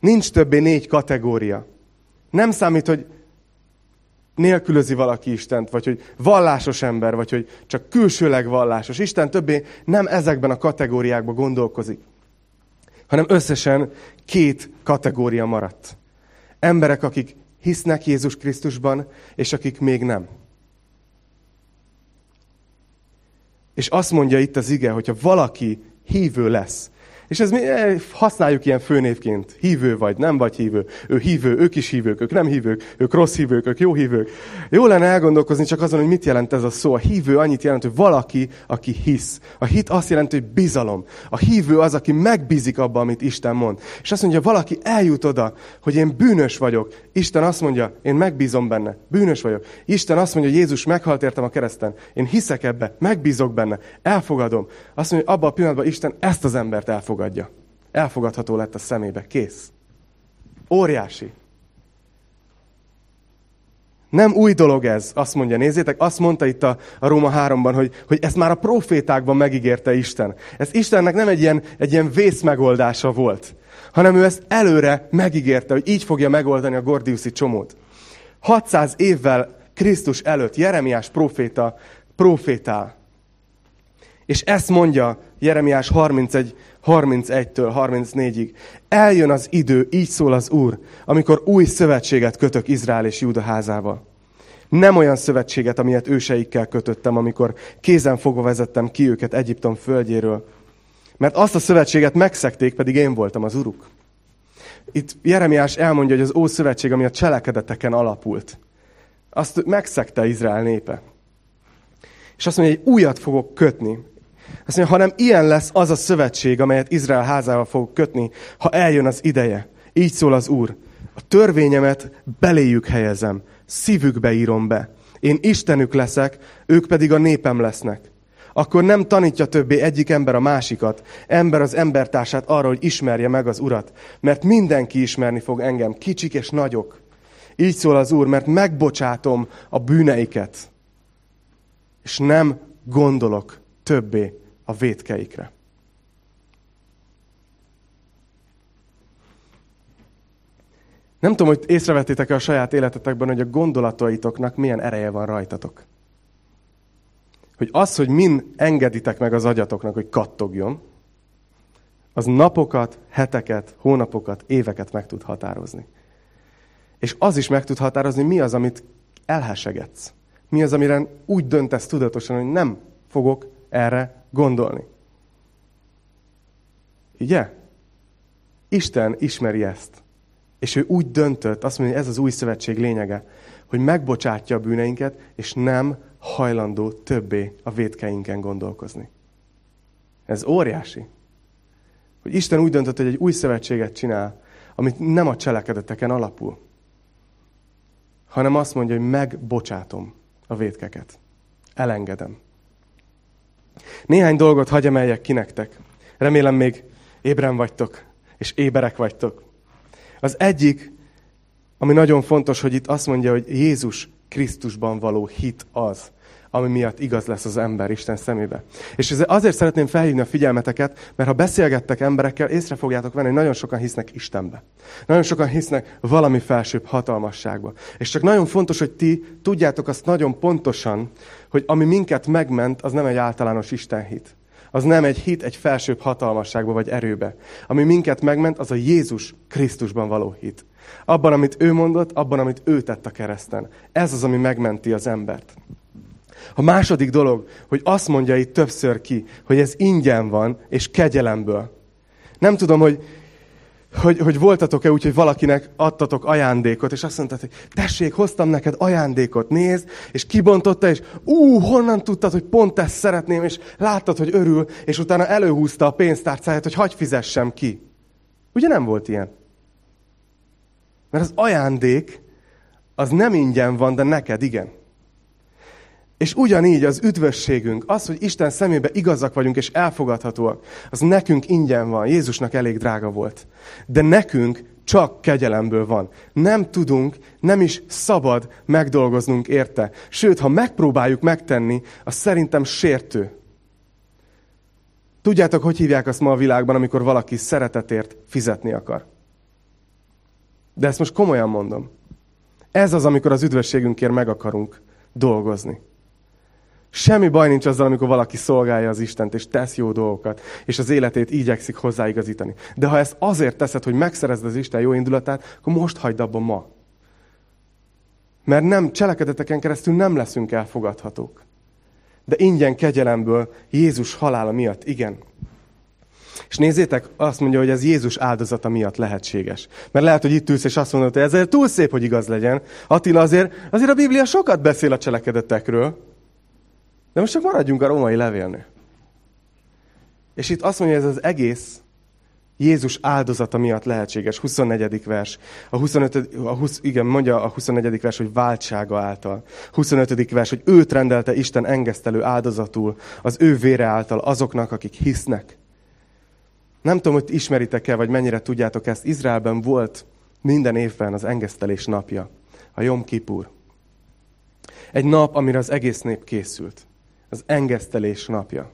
Nincs többé négy kategória. Nem számít, hogy nélkülözi valaki Istent, vagy hogy vallásos ember, vagy hogy csak külsőleg vallásos. Isten többé nem ezekben a kategóriákban gondolkozik, hanem összesen két kategória maradt. Emberek, akik hisznek Jézus Krisztusban, és akik még nem. És azt mondja itt az ige, hogyha valaki hívő lesz, és ez mi használjuk ilyen főnévként. Hívő vagy, nem vagy hívő. Ő hívő, ők is hívők, ők nem hívők, ők rossz hívők, ők jó hívők. Jó lenne elgondolkozni csak azon, hogy mit jelent ez a szó. A hívő annyit jelent, hogy valaki, aki hisz. A hit azt jelenti, hogy bizalom. A hívő az, aki megbízik abba, amit Isten mond. És azt mondja, valaki eljut oda, hogy én bűnös vagyok. Isten azt mondja, én megbízom benne. Bűnös vagyok. Isten azt mondja, Jézus meghalt értem a kereszten. Én hiszek ebbe, megbízok benne, elfogadom. Azt mondja, abban a pillanatban Isten ezt az embert elfogadja. Elfogadható lett a szemébe. Kész. Óriási. Nem új dolog ez, azt mondja, nézzétek, azt mondta itt a, a Róma háromban, hogy, hogy ezt már a profétákban megígérte Isten. Ez Istennek nem egy ilyen, egy ilyen vészmegoldása volt, hanem ő ezt előre megígérte, hogy így fogja megoldani a gordiuszi csomót. hatszáz évvel Krisztus előtt Jeremiás proféta profétál. És ezt mondja Jeremiás harmincegy, harmincegytől harmincnégyig. Eljön az idő, így szól az Úr, amikor új szövetséget kötök Izrael és Júda házával. Nem olyan szövetséget, amilyet őseikkel kötöttem, amikor kézen fogva vezettem ki őket Egyiptom földjéről. Mert azt a szövetséget megszegték, pedig én voltam az Uruk. Itt Jeremiás elmondja, hogy az Ószövetség, ami a cselekedeteken alapult, azt megszegte Izrael népe. És azt mondja, hogy újat fogok kötni. Azt mondja, hanem ilyen lesz az a szövetség, amelyet Izrael házával fogok kötni, ha eljön az ideje. Így szól az Úr. A törvényemet beléjük helyezem, szívükbe írom be. Én Istenük leszek, ők pedig a népem lesznek. Akkor nem tanítja többé egyik ember a másikat, ember az embertársát arra, hogy ismerje meg az Urat. Mert mindenki ismerni fog engem, kicsik és nagyok. Így szól az Úr, mert megbocsátom a bűneiket, és nem gondolok többé a vétkeikre. Nem tudom, hogy észrevettétek-e a saját életetekben, hogy a gondolataitoknak milyen ereje van rajtatok. Hogy az, hogy mind engeditek meg az agyatoknak, hogy kattogjon, az napokat, heteket, hónapokat, éveket meg tud határozni. És az is meg tud határozni, mi az, amit elhesegetsz. Mi az, amire úgy döntesz tudatosan, hogy nem fogok erre gondolni. Ugye? Isten ismeri ezt. És ő úgy döntött, azt mondja, hogy ez az új szövetség lényege, hogy megbocsátja a bűneinket, és nem hajlandó többé a vétkeinken gondolkozni. Ez óriási. Hogy Isten úgy döntött, hogy egy új szövetséget csinál, amit nem a cselekedeteken alapul, hanem azt mondja, hogy megbocsátom a vétkeket. Elengedem. Néhány dolgot hagy emeljek ki nektek. Remélem még ébren vagytok, és éberek vagytok. Az egyik, ami nagyon fontos, hogy itt azt mondja, hogy Jézus Krisztusban való hit az, ami miatt igaz lesz az ember Isten szemébe. És azért szeretném felhívni a figyelmeteket, mert ha beszélgettek emberekkel, észre fogjátok venni, hogy nagyon sokan hisznek Istenbe. Nagyon sokan hisznek valami felsőbb hatalmasságba. És csak nagyon fontos, hogy ti tudjátok azt nagyon pontosan, hogy ami minket megment, az nem egy általános Istenhit. Az nem egy hit egy felsőbb hatalmasságba vagy erőbe. Ami minket megment, az a Jézus Krisztusban való hit. Abban, amit ő mondott, abban, amit ő tett a kereszten. Ez az, ami megmenti az embert. A második dolog, hogy azt mondja itt többször ki, hogy ez ingyen van, és kegyelemből. Nem tudom, hogy, hogy, hogy voltatok-e úgy, hogy valakinek adtatok ajándékot, és azt mondtad, hogy tessék, hoztam neked ajándékot, nézd, és kibontotta, és ú, honnan tudtad, hogy pont ezt szeretném, és láttad, hogy örül, és utána előhúzta a pénztárcáját, hogy hagyj fizessem ki. Ugye nem volt ilyen? Mert az ajándék, az nem ingyen van, de neked igen. És ugyanígy az üdvösségünk, az, hogy Isten szemébe igazak vagyunk és elfogadhatóak, az nekünk ingyen van. Jézusnak elég drága volt. De nekünk csak kegyelemből van. Nem tudunk, nem is szabad megdolgoznunk érte. Sőt, ha megpróbáljuk megtenni, az szerintem sértő. Tudjátok, hogy hívják azt ma a világban, amikor valaki szeretetért fizetni akar? De ezt most komolyan mondom. Ez az, amikor az üdvösségünkért meg akarunk dolgozni. Semmi baj nincs azzal, amikor valaki szolgálja az Istent, és tesz jó dolgokat, és az életét igyekszik hozzáigazítani. De ha ezt azért teszed, hogy megszerezd az Isten jó indulatát, akkor most hagyd abba ma. Mert nem, cselekedeteken keresztül nem leszünk elfogadhatók. De ingyen kegyelemből, Jézus halála miatt, igen. És nézzétek, azt mondja, hogy ez Jézus áldozata miatt lehetséges. Mert lehet, hogy itt ülsz, és azt mondod, hogy ez túl szép, hogy igaz legyen. Attila, azért, azért a Biblia sokat beszél a cselekedetekről. De most csak maradjunk a római levélnél. És itt azt mondja, hogy ez az egész Jézus áldozata miatt lehetséges. huszonnegyedik vers. A huszonötödik A husz, igen, mondja a huszonnegyedik vers, hogy váltsága által. huszonötödik vers, hogy őt rendelte Isten engesztelő áldozatul az ő vére által azoknak, akik hisznek. Nem tudom, hogy ismeritek-e, vagy mennyire tudjátok ezt. Izraelben volt minden évben az engesztelés napja, a Jom Kipur. Egy nap, amire az egész nép készült. Az engesztelés napja.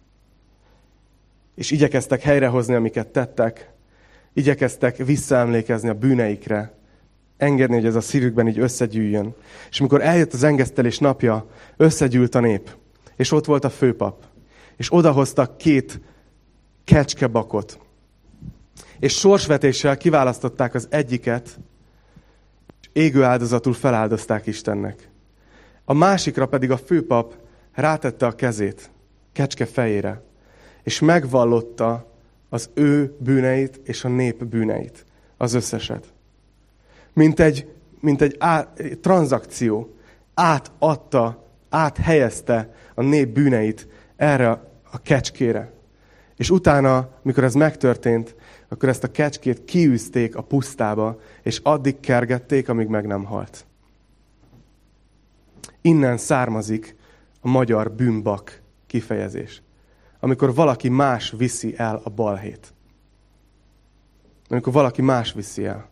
És igyekeztek helyrehozni, amiket tettek, igyekeztek visszaemlékezni a bűneikre, engedni, hogy ez a szívükben így összegyűjjön. És amikor eljött az engesztelés napja, összegyűlt a nép, és ott volt a főpap, és odahoztak két kecskebakot, és sorsvetéssel kiválasztották az egyiket, és égő áldozatul feláldozták Istennek. A másikra pedig a főpap rátette a kezét kecske fejére, és megvallotta az ő bűneit és a nép bűneit, az összeset. Mint egy, mint egy, á, egy tranzakció, átadta, áthelyezte a nép bűneit erre a kecskére. És utána, mikor ez megtörtént, akkor ezt a kecskét kiűzték a pusztába, és addig kergették, amíg meg nem halt. Innen származik a magyar bűnbak kifejezés. Amikor valaki más viszi el a balhét. Amikor valaki más viszi el.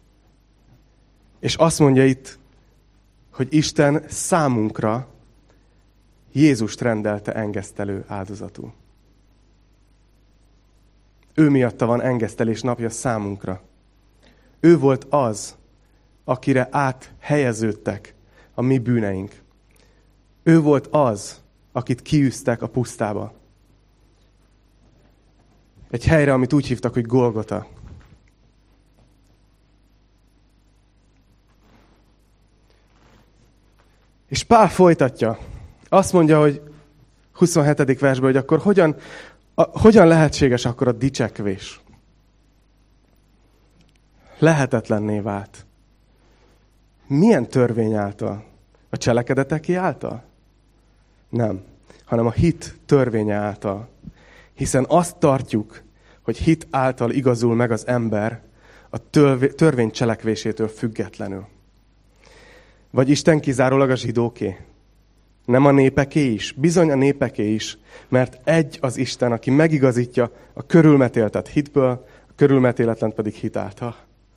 És azt mondja itt, hogy Isten számunkra Jézust rendelte engesztelő áldozatul. Ő miatta van engesztelés napja számunkra. Ő volt az, akire áthelyeződtek a mi bűneink. Ő volt az, akit kiűztek a pusztába. Egy helyre, amit úgy hívtak, hogy Golgota. És Pál folytatja. Azt mondja, hogy huszonhetedik versben, hogy akkor hogyan, a, hogyan lehetséges akkor a dicsekvés? Lehetetlenné vált. Milyen törvény által? A cselekedeteké által? Nem, hanem a hit törvénye által. Hiszen azt tartjuk, hogy hit által igazul meg az ember a törvény cselekvésétől függetlenül. Vagy Isten kizárólag a zsidóké? Nem a népeké is? Bizony a népeké is, mert egy az Isten, aki megigazítja a körülmetéltet hitből, a körülmetéletlen pedig hit által.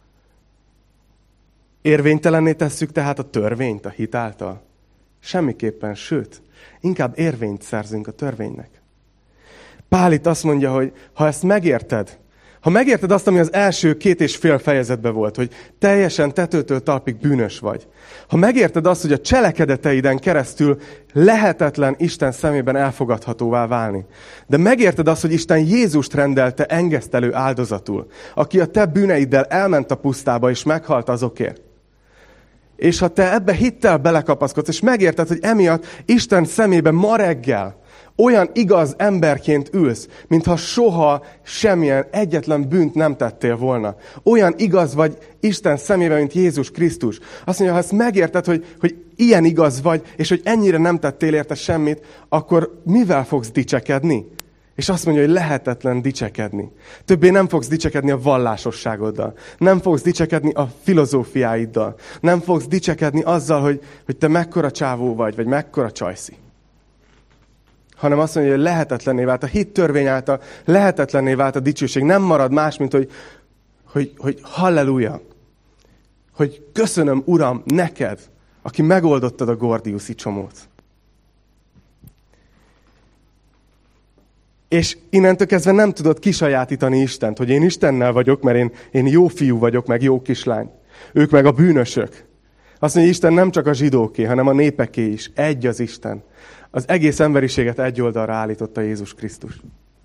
Érvénytelenné tesszük tehát a törvényt a hit által? Semmiképpen, sőt, inkább érvényt szerzünk a törvénynek. Pál itt azt mondja, hogy ha ezt megérted, ha megérted azt, ami az első két és fél fejezetben volt, hogy teljesen tetőtől talpig bűnös vagy, ha megérted azt, hogy a cselekedeteiden keresztül lehetetlen Isten szemében elfogadhatóvá válni, de megérted azt, hogy Isten Jézust rendelte engesztelő áldozatul, aki a te bűneiddel elment a pusztába és meghalt azokért, és ha te ebbe hittel belekapaszkodsz, és megérted, hogy emiatt Isten szemében ma reggel olyan igaz emberként ülsz, mintha soha semmilyen egyetlen bűnt nem tettél volna. Olyan igaz vagy Isten szemében, mint Jézus Krisztus. Azt mondja, ha ezt megérted, hogy, hogy ilyen igaz vagy, és hogy ennyire nem tettél érte semmit, akkor mivel fogsz dicsekedni? És azt mondja, hogy lehetetlen dicsekedni. Többé nem fogsz dicsekedni a vallásosságoddal. Nem fogsz dicsekedni a filozófiáiddal. Nem fogsz dicsekedni azzal, hogy, hogy te mekkora csávó vagy, vagy mekkora csajszi. Hanem azt mondja, hogy lehetetlenné vált a hit törvény által, lehetetlenné vált a dicsőség. Nem marad más, mint hogy, hogy, hogy halleluja. Hogy köszönöm, Uram, neked, aki megoldottad a gordiuszi csomót. És innentől kezdve nem tudod kisajátítani Istent, hogy én Istennel vagyok, mert én, én jó fiú vagyok, meg jó kislány. Ők meg a bűnösök. Azt mondja, hogy Isten nem csak a zsidóké, hanem a népeké is. Egy az Isten. Az egész emberiséget egy oldalra állította Jézus Krisztus.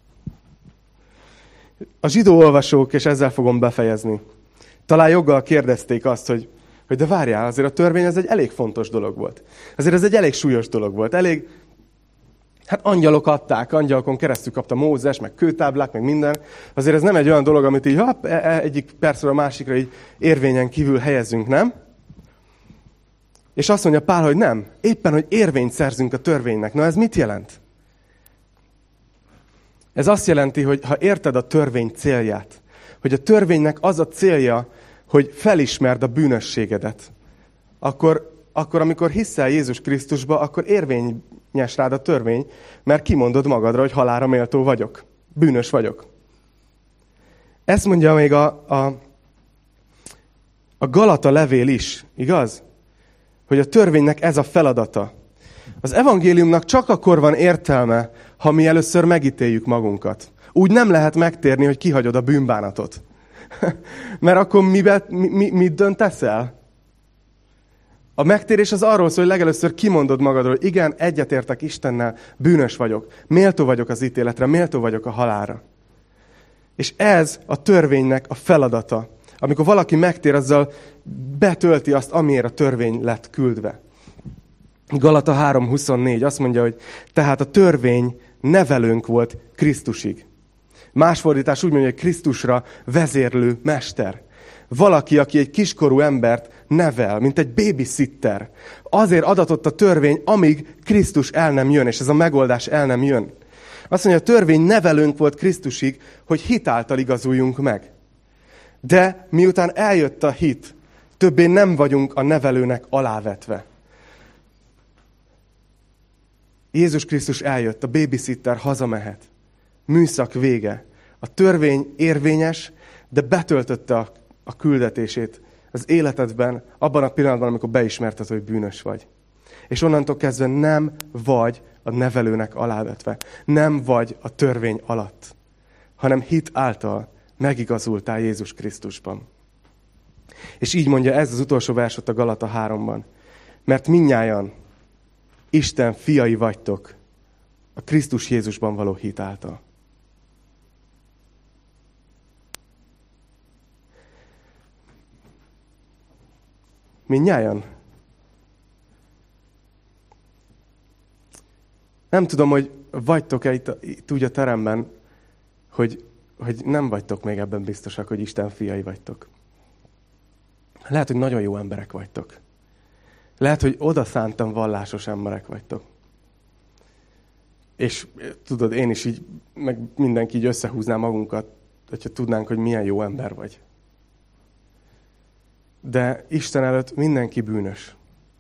A zsidó olvasók, és ezzel fogom befejezni, talán joggal kérdezték azt, hogy, hogy de várjál, azért a törvény ez egy elég fontos dolog volt. Azért ez egy elég súlyos dolog volt. Elég, hát angyalok adták, angyalokon keresztül kapta Mózes, meg kőtáblák, meg minden. Azért ez nem egy olyan dolog, amit így hopp, egyik percről a másikra így érvényen kívül helyezünk, nem? És azt mondja Pál, hogy nem. Éppen, hogy érvényt szerzünk a törvénynek. Na ez mit jelent? Ez azt jelenti, hogy ha érted a törvény célját, hogy a törvénynek az a célja, hogy felismerd a bűnösségedet, akkor, akkor amikor hiszel Jézus Krisztusba, akkor érvényes rád a törvény, mert kimondod magadra, hogy halálra méltó vagyok. Bűnös vagyok. Ezt mondja még a, a, a Galata levél is, igaz? Hogy a törvénynek ez a feladata. Az evangéliumnak csak akkor van értelme, ha mi először megítéljük magunkat. Úgy nem lehet megtérni, hogy kihagyod a bűnbánatot. Mert akkor mibe, mi, mi, mit döntesz el? A megtérés az arról szól, hogy legelőször kimondod magadról, hogy igen, egyetértek Istennel, bűnös vagyok, méltó vagyok az ítéletre, méltó vagyok a halálra. És ez a törvénynek a feladata. Amikor valaki megtér, azzal betölti azt, amiért a törvény lett küldve. Galata három huszonnégy azt mondja, hogy tehát a törvény nevelőnk volt Krisztusig. Más fordítás úgy mondja, hogy Krisztusra vezérlő mester. Valaki, aki egy kiskorú embert nevel, mint egy babysitter. Azért adatott a törvény, amíg Krisztus el nem jön, és ez a megoldás el nem jön. Azt mondja, a törvény nevelőnk volt Krisztusig, hogy hitáltal igazuljunk meg. De miután eljött a hit, többé nem vagyunk a nevelőnek alávetve. Jézus Krisztus eljött, a babysitter hazamehet. Műszak vége. A törvény érvényes, de betöltötte a, a küldetését az életedben, abban a pillanatban, amikor beismerted, hogy bűnös vagy. És onnantól kezdve nem vagy a nevelőnek alávetve. Nem vagy a törvény alatt, hanem hit által megigazultál Jézus Krisztusban. És így mondja ez az utolsó versot a Galata háromban. Mert mindnyájan Isten fiai vagytok a Krisztus Jézusban való hit által. Mindnyájan? Nem tudom, hogy vagytok-e itt, itt úgy a teremben, hogy, hogy nem vagytok még ebben biztosak, hogy Isten fiai vagytok. Lehet, hogy nagyon jó emberek vagytok. Lehet, hogy odaszántan vallásos emberek vagytok. És tudod, én is így, meg mindenki így összehúzná magunkat, hogyha tudnánk, hogy milyen jó ember vagy. De Isten előtt mindenki bűnös.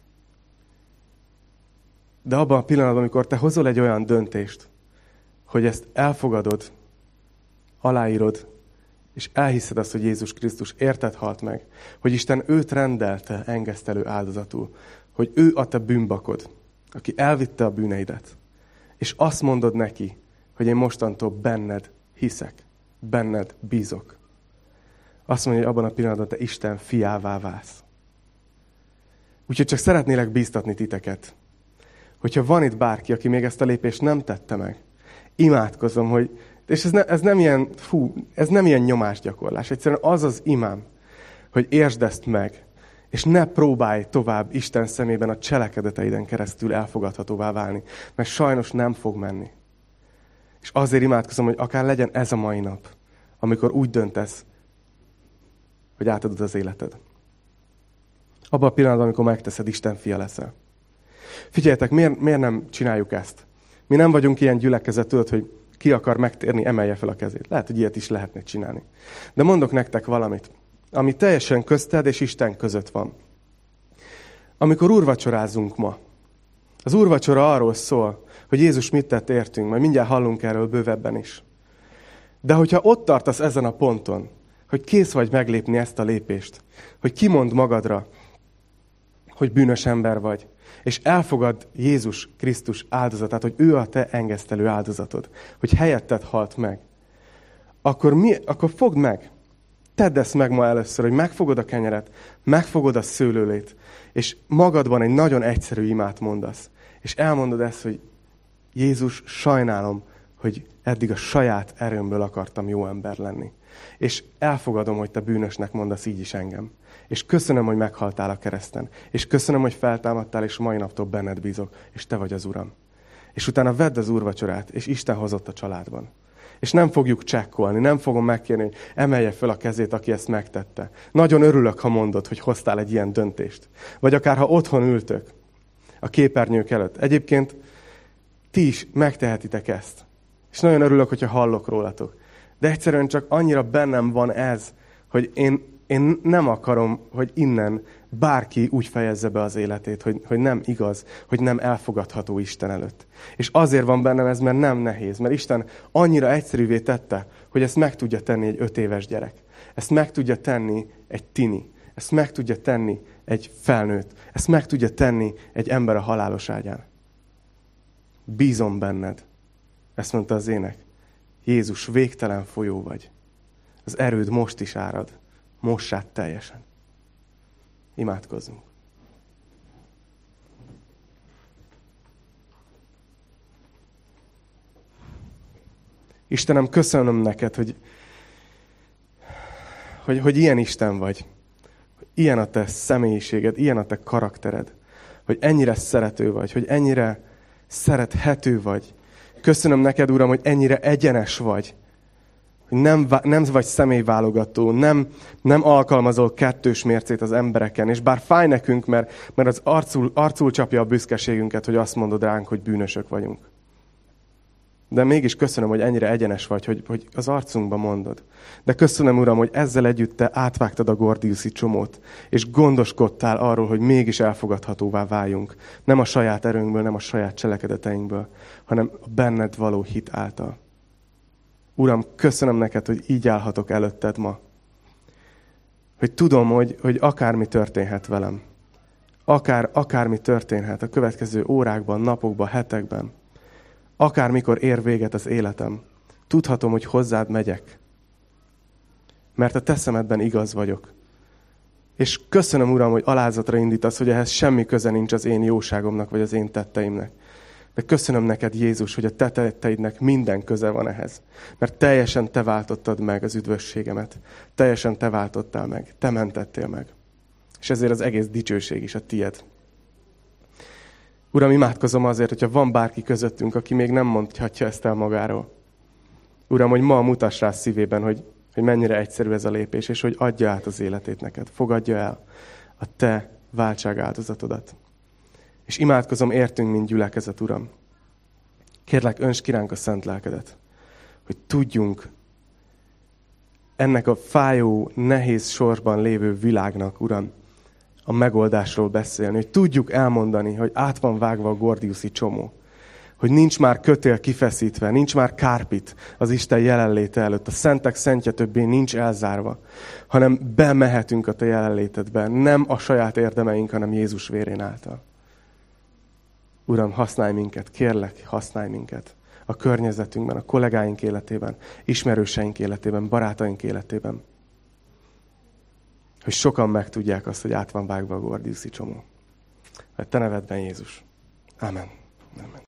De abban a pillanatban, amikor te hozol egy olyan döntést, hogy ezt elfogadod, aláírod, és elhiszed azt, hogy Jézus Krisztus érted halt meg, hogy Isten őt rendelte engesztelő áldozatul, hogy ő a te bűnbakod, aki elvitte a bűneidet, és azt mondod neki, hogy én mostantól benned hiszek, benned bízok. Azt mondja, hogy abban a pillanatban te Isten fiává válsz. Úgyhogy csak szeretnélek bíztatni titeket, hogyha van itt bárki, aki még ezt a lépést nem tette meg, imádkozom, hogy, és ez, ne, ez nem ilyen, fú, ez nem ilyen nyomásgyakorlás, egyszerűen az az imám, hogy értsd ezt meg, és ne próbálj tovább Isten szemében a cselekedeteiden keresztül elfogadhatóvá válni, mert sajnos nem fog menni. És azért imádkozom, hogy akár legyen ez a mai nap, amikor úgy döntesz, hogy átadod az életed. Abban a pillanatban, amikor megteszed, Isten fia leszel. Figyeljetek, miért, miért nem csináljuk ezt? Mi nem vagyunk ilyen gyülekezet, tudod, hogy ki akar megtérni, emelje fel a kezét. Lehet, hogy ilyet is lehetne csinálni. De mondok nektek valamit, ami teljesen közted és Isten között van. Amikor úrvacsorázunk ma, az úrvacsora arról szól, hogy Jézus mit tett értünk, majd mindjárt hallunk erről bővebben is. De hogyha ott tartasz ezen a ponton, hogy kész vagy meglépni ezt a lépést, hogy kimond magadra, hogy bűnös ember vagy, és elfogad Jézus Krisztus áldozatát, hogy ő a te engesztelő áldozatod, hogy helyetted halt meg, akkor, mi, akkor fogd meg. Tedd ezt meg ma először, hogy megfogod a kenyeret, megfogod a szőlőlét, és magadban egy nagyon egyszerű imát mondasz. És elmondod ezt, hogy Jézus, sajnálom, hogy eddig a saját erőmből akartam jó ember lenni. És elfogadom, hogy te bűnösnek mondasz így is engem. És köszönöm, hogy meghaltál a kereszten. És köszönöm, hogy feltámadtál, és mai naptól benned bízok, és te vagy az Uram. És utána vedd az úrvacsorát, és Isten hozott a családban. És nem fogjuk csekkolni, nem fogom megkérni, hogy emelje fel a kezét, aki ezt megtette. Nagyon örülök, ha mondod, hogy hoztál egy ilyen döntést. Vagy akár ha otthon ültök a képernyők előtt. Egyébként ti is megtehetitek ezt. És nagyon örülök, hogyha hallok rólatok. De egyszerűen csak annyira bennem van ez, hogy én, én nem akarom, hogy innen bárki úgy fejezze be az életét, hogy, hogy nem igaz, hogy nem elfogadható Isten előtt. És azért van bennem ez, mert nem nehéz. Mert Isten annyira egyszerűvé tette, hogy ezt meg tudja tenni egy öt éves gyerek. Ezt meg tudja tenni egy tini. Ezt meg tudja tenni egy felnőtt. Ezt meg tudja tenni egy ember a halálos ágyán. Bízom benned. Ezt mondta az ének. Jézus, végtelen folyó vagy. Az erőd most is árad. Mossát teljesen. Imádkozzunk. Istenem, köszönöm neked, hogy, hogy, hogy ilyen Isten vagy. Ilyen a te személyiséged, ilyen a te karaktered. Hogy ennyire szerető vagy, hogy ennyire szerethető vagy. Köszönöm neked, Uram, hogy ennyire egyenes vagy. Hogy nem, nem vagy személyválogató, nem, nem alkalmazol kettős mércét az embereken. És bár fáj nekünk, mert, mert az arcul, arcul csapja a büszkeségünket, hogy azt mondod ránk, hogy bűnösök vagyunk. De mégis köszönöm, hogy ennyire egyenes vagy, hogy, hogy az arcunkba mondod. De köszönöm, Uram, hogy ezzel együtt te átvágtad a gordiuszi csomót, és gondoskodtál arról, hogy mégis elfogadhatóvá váljunk. Nem a saját erőnkből, nem a saját cselekedeteinkből, hanem a benned való hit által. Uram, köszönöm neked, hogy így állhatok előtted ma. Hogy tudom, hogy, hogy akármi történhet velem. Akár, akármi történhet a következő órákban, napokban, hetekben. Akármikor ér véget az életem. Tudhatom, hogy hozzád megyek. Mert a te szemedben igaz vagyok. És köszönöm, Uram, hogy alázatra indítasz, hogy ehhez semmi köze nincs az én jóságomnak, vagy az én tetteimnek. De köszönöm neked, Jézus, hogy a te tetteidnek minden köze van ehhez. Mert teljesen te váltottad meg az üdvösségemet. Teljesen te váltottál meg. Te mentettél meg. És ezért az egész dicsőség is a tied. Uram, imádkozom azért, hogyha van bárki közöttünk, aki még nem mondhatja ezt el magáról. Uram, hogy ma mutass rá szívében, hogy, hogy mennyire egyszerű ez a lépés, és hogy adja át az életét neked. Fogadja el a te váltságáldozatodat. És imádkozom értünk, mint gyülekezet, Uram. Kérlek, önts ki ránk a szent lelkedet, hogy tudjunk ennek a fájó, nehéz sorsban lévő világnak, Uram, a megoldásról beszélni, hogy tudjuk elmondani, hogy át van vágva a gordiuszi csomó, hogy nincs már kötél kifeszítve, nincs már kárpit az Isten jelenléte előtt, a szentek szentje többé nincs elzárva, hanem bemehetünk a te jelenlétedbe, nem a saját érdemeink, hanem Jézus vérén által. Uram, használj minket, kérlek, használj minket a környezetünkben, a kollégáink életében, ismerőseink életében, barátaink életében, hogy sokan megtudják azt, hogy át van vágva a gordiuszi csomó. A te nevedben, Jézus. Amen. Amen.